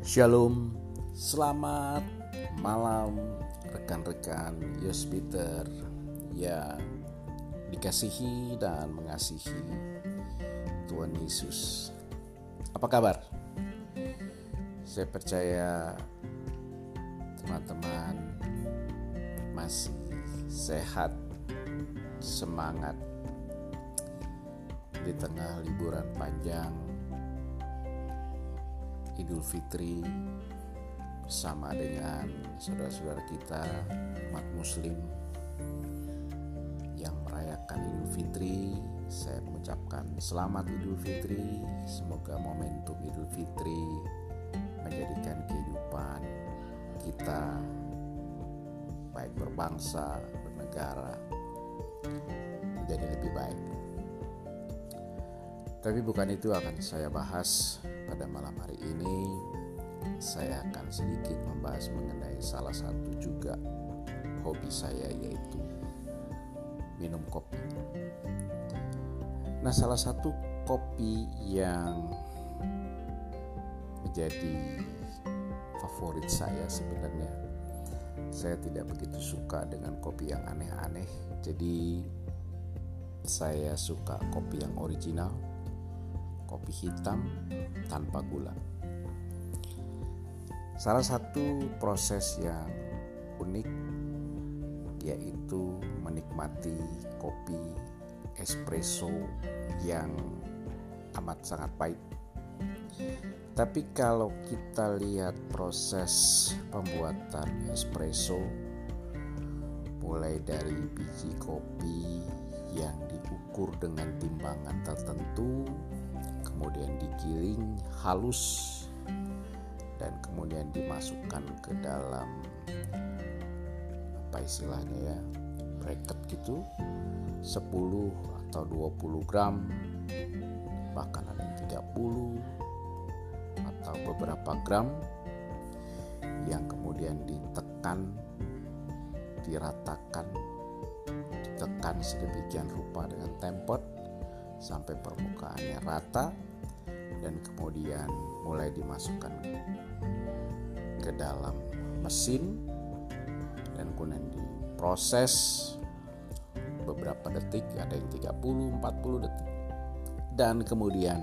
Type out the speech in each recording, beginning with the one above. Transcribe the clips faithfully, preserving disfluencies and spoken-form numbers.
Shalom, selamat malam rekan-rekan Yospiter yang dikasihi dan mengasihi Tuhan Yesus. Apa kabar? Saya percaya teman-teman masih sehat, semangat di tengah liburan panjang Idul Fitri bersama dengan saudara-saudara kita umat muslim yang merayakan Idul Fitri. Saya mengucapkan selamat Idul Fitri. Semoga momentum Idul Fitri menjadikan kehidupan kita baik berbangsa, bernegara menjadi lebih baik. Tapi bukan itu akan saya bahas pada malam hari ini. Saya akan sedikit membahas mengenai salah satu juga hobi saya, yaitu minum kopi. Nah, salah satu kopi yang menjadi favorit saya sebenarnya, saya tidak begitu suka dengan kopi yang aneh-aneh. Jadi saya suka kopi yang original, kopi hitam tanpa gula. Salah satu proses yang unik yaitu menikmati kopi espresso yang amat sangat pahit. Tapi kalau kita lihat proses pembuatan espresso, mulai dari biji kopi yang diukur dengan timbangan tertentu, kemudian digiling halus dan kemudian dimasukkan ke dalam apa istilahnya ya, bracket gitu, sepuluh atau dua puluh gram, bahkan ada yang tiga puluh atau beberapa gram, yang kemudian ditekan, diratakan, ditekan sedemikian rupa dengan tempot sampai permukaannya rata, dan kemudian mulai dimasukkan ke dalam mesin dan kemudian diproses beberapa detik, ada yang tiga puluh empat puluh detik, dan kemudian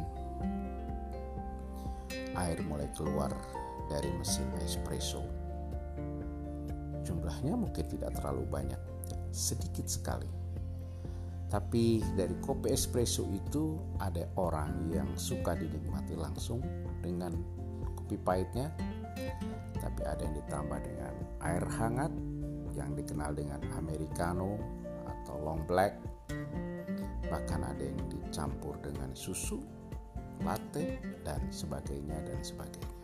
air mulai keluar dari mesin espresso. Jumlahnya mungkin tidak terlalu banyak, sedikit sekali. Tapi dari kopi espresso itu ada orang yang suka dinikmati langsung dengan kopi pahitnya, tapi ada yang ditambah dengan air hangat yang dikenal dengan americano atau long black, bahkan ada yang dicampur dengan susu, latte, dan sebagainya dan sebagainya.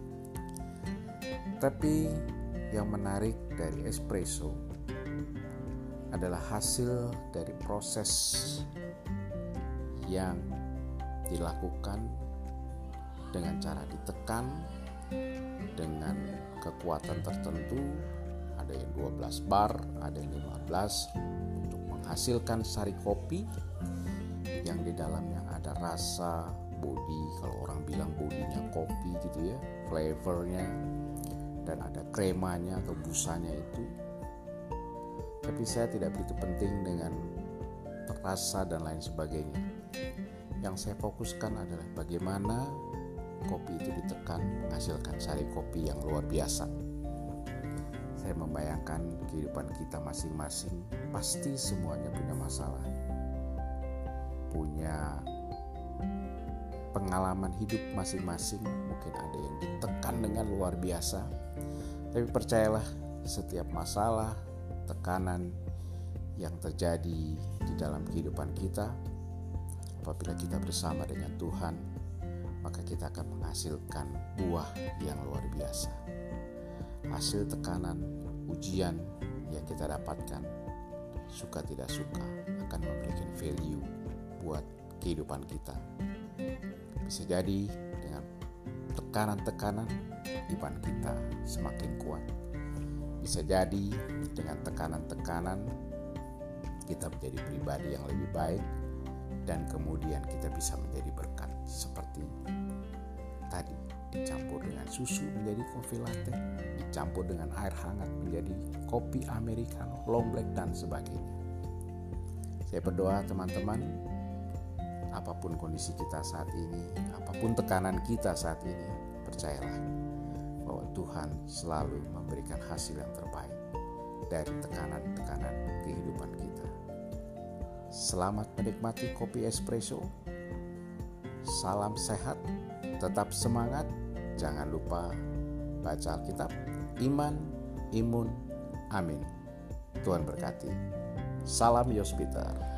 Tapi yang menarik dari espresso adalah hasil dari proses yang dilakukan dengan cara ditekan dengan kekuatan tertentu, ada yang dua belas bar, ada yang lima belas, untuk menghasilkan sari kopi yang di dalamnya ada rasa body, kalau orang bilang bodinya kopi gitu ya, flavornya, dan ada kremanya atau busanya itu. Tapi saya tidak begitu penting dengan rasa dan lain sebagainya. Yang saya fokuskan adalah bagaimana kopi itu ditekan menghasilkan sari kopi yang luar biasa. Saya membayangkan kehidupan kita masing-masing pasti semuanya punya masalah, punya pengalaman hidup masing-masing. Mungkin ada yang ditekan dengan luar biasa, tapi percayalah, setiap masalah, tekanan yang terjadi di dalam kehidupan kita, apabila kita bersama dengan Tuhan, maka kita akan menghasilkan buah yang luar biasa. Hasil tekanan, ujian yang kita dapatkan, suka tidak suka, akan memberikan value buat kehidupan kita. Bisa jadi dengan tekanan-tekanan, iman kita semakin kuat. Bisa jadi dengan tekanan-tekanan kita menjadi pribadi yang lebih baik, dan kemudian kita bisa menjadi berkat seperti tadi dicampur dengan susu menjadi kopi latte, dicampur dengan air hangat menjadi kopi americano, long black, dan sebagainya. Saya berdoa teman-teman, apapun kondisi kita saat ini, apapun tekanan kita saat ini, percayalah bahwa Tuhan selalu memberikan hasil yang terbaik dari tekanan-tekanan kehidupan kita. Selamat menikmati kopi espresso. Salam sehat, tetap semangat. Jangan lupa baca Alkitab. Iman, imun, amin. Tuhan berkati. Salam Yospiter.